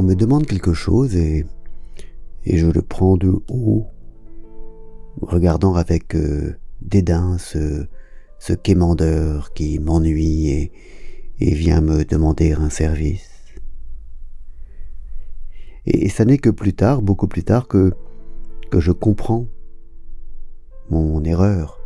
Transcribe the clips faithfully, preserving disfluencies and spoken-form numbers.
me demande quelque chose et, et je le prends de haut, regardant avec euh, dédain ce, ce quémandeur qui m'ennuie et, et vient me demander un service. Et, et ça n'est que plus tard, beaucoup plus tard, que, que je comprends mon erreur.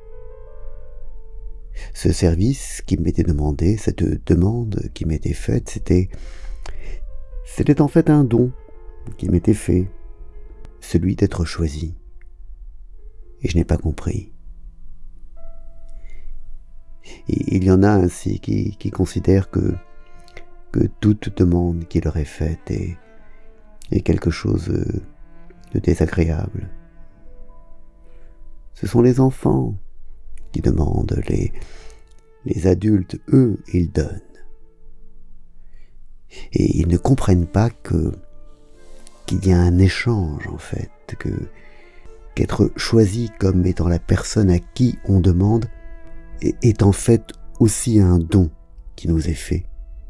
Ce service qui m'était demandé, cette demande qui m'était faite, c'était, c'était en fait un don qui m'était fait, celui d'être choisi. Et je n'ai pas compris. Et il y en a ainsi qui, qui considèrent que, que toute demande qui leur est faite est, est quelque chose de désagréable. Ce sont les enfants qui demandent, les, les adultes, eux, ils donnent. Et ils ne comprennent pas que qu'il y a un échange, en fait, que qu'être choisi comme étant la personne à qui on demande est, est en fait aussi un don qui nous est fait.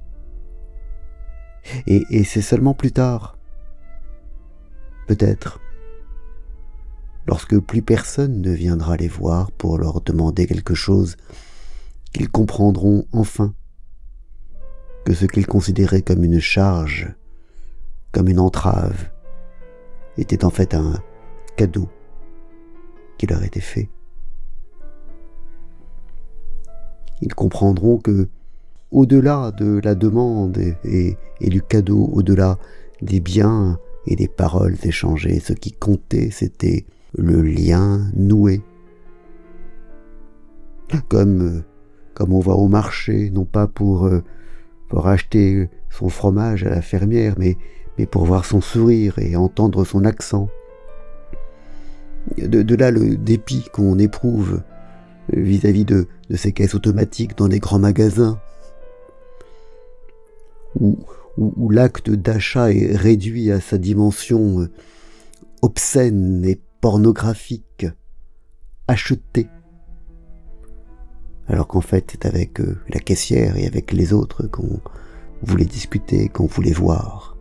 Et, et c'est seulement plus tard, peut-être, lorsque plus personne ne viendra les voir pour leur demander quelque chose, qu'ils comprendront enfin que ce qu'ils considéraient comme une charge, comme une entrave, était en fait un cadeau qui leur était fait. Ils comprendront que, au-delà de la demande et, et, et du cadeau, au-delà des biens et des paroles échangées, ce qui comptait, c'était le lien noué. Comme, comme on va au marché, non pas pour, pour acheter son fromage à la fermière, mais, mais pour voir son sourire et entendre son accent. De, de là le dépit qu'on éprouve vis-à-vis de, de ces caisses automatiques dans les grands magasins, où, où, où l'acte d'achat est réduit à sa dimension obscène et pornographique, acheté, alors qu'en fait c'est avec euh, la caissière et avec les autres qu'on voulait discuter, qu'on voulait voir.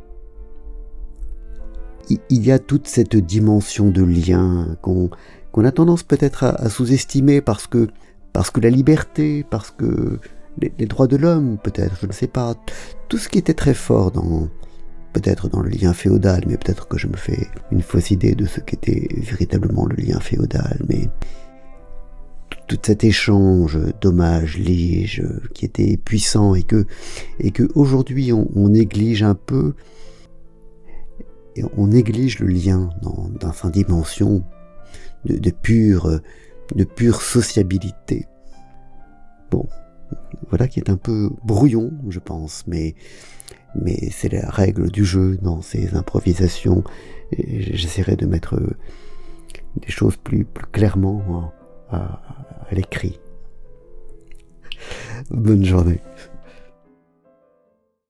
Il y a toute cette dimension de lien qu'on qu'on a tendance peut-être à, à sous-estimer parce que parce que la liberté, parce que les, les droits de l'homme, peut-être, je ne sais pas, tout ce qui était très fort dans peut-être dans le lien féodal, mais peut-être que je me fais une fausse idée de ce qu'était véritablement le lien féodal, mais tout cet échange dommage-lige qui était puissant et que et que aujourd'hui on, on néglige un peu. Et on néglige le lien dans, dans sa dimension de, de, pure, de pure sociabilité. Bon, voilà qui est un peu brouillon, je pense, mais, mais c'est la règle du jeu dans ces improvisations. Et j'essaierai de mettre des choses plus, plus clairement à, à, à l'écrit. Bonne journée.